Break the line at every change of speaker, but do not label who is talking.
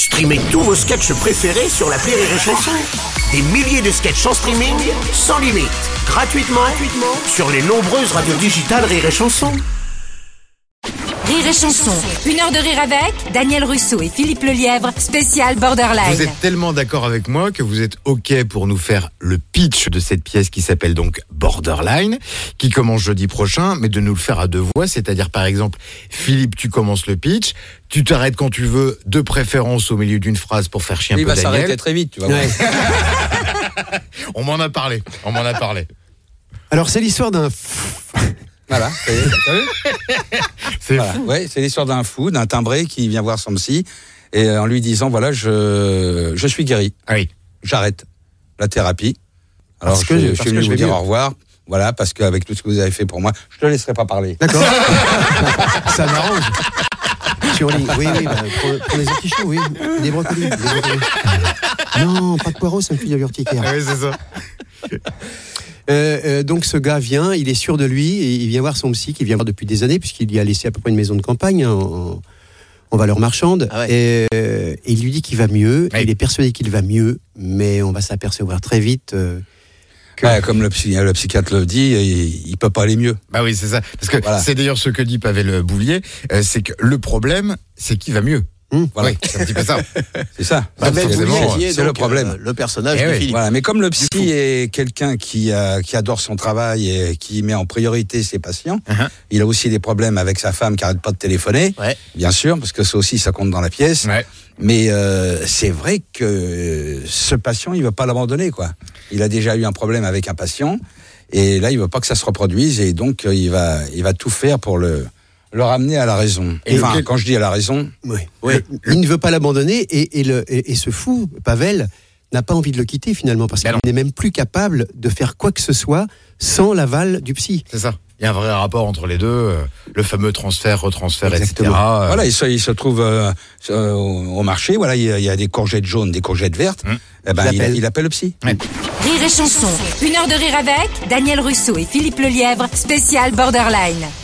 Streamez tous vos sketchs préférés sur l'appli Rire et Chanson. Des milliers de sketchs en streaming, sans limite, gratuitement sur les nombreuses radios digitales Rire et Chanson.
Rire et Chanson, 1 heure de rire avec Daniel Russo et Philippe Lelièvre, spécial Borderline.
Vous êtes tellement d'accord avec moi que vous êtes OK pour nous faire le pitch de cette pièce qui s'appelle donc Borderline, qui commence jeudi prochain, mais de nous le faire à 2 voix, c'est-à-dire par exemple, Philippe, tu commences le pitch, tu t'arrêtes quand tu veux, de préférence au milieu d'une phrase pour faire chier un peu Daniel.
Il va s'arrêter très vite, tu vas voir.
On m'en a parlé.
Alors c'est l'histoire d'un...
Voilà, ça y est, t'as vu ?
C'est
voilà.
fou.
Ouais, c'est l'histoire d'un fou, d'un timbré qui vient voir son psy et en lui disant voilà, je suis guéri.
Ah oui.
J'arrête la thérapie. Alors je suis venu vous dire au revoir. Voilà, parce qu'avec tout ce que vous avez fait pour moi, je te laisserai pas parler.
D'accord. Ça m'arrange. Sur les... Oui, pour les artichauts, oui. Des brocolis. Non, pas de poireaux, ça me fait de l'urticaire.
Oui, c'est ça.
Donc ce gars vient, il est sûr de lui, et il vient voir son psy, qui vient voir depuis des années, puisqu'il y a laissé à peu près une maison de campagne en valeur marchande. Ah ouais. Et il lui dit qu'il va mieux, il est persuadé qu'il va mieux, mais on va s'apercevoir très vite...
comme le psychiatre le dit, il peut pas aller mieux.
Bah oui, c'est ça. Parce que c'est d'ailleurs ce que dit Pavel Bouvier, c'est que le problème, c'est qu'il va mieux.
Voilà.
Oui, c'est un petit peu ça.
C'est ça.
C'est
le problème.
Le personnage de Philippe.
Voilà. Mais comme le psy est quelqu'un qui adore son travail et qui met en priorité ses patients, il a aussi des problèmes avec sa femme qui arrête pas de téléphoner, bien sûr, parce que ça aussi, ça compte dans la pièce. Ouais. Mais c'est vrai que ce patient, il veut pas l'abandonner, quoi. Il a déjà eu un problème avec un patient, et là, il veut pas que ça se reproduise, et donc il va tout faire pour le ramener à la raison. Quand je dis à la raison...
Oui. Il ne veut pas l'abandonner, et ce fou, Pavel, n'a pas envie de le quitter finalement, parce qu'il n'est même plus capable de faire quoi que ce soit sans l'aval du psy.
C'est ça. Il y a un vrai rapport entre les deux, le fameux transfert, retransfert, etc.
Voilà, il se trouve au marché, voilà, il y a des courgettes jaunes, des courgettes vertes, il appelle le psy.
Rire et Chanson, 1 heure de rire avec Daniel Russo et Philippe Lelièvre, spécial Borderline.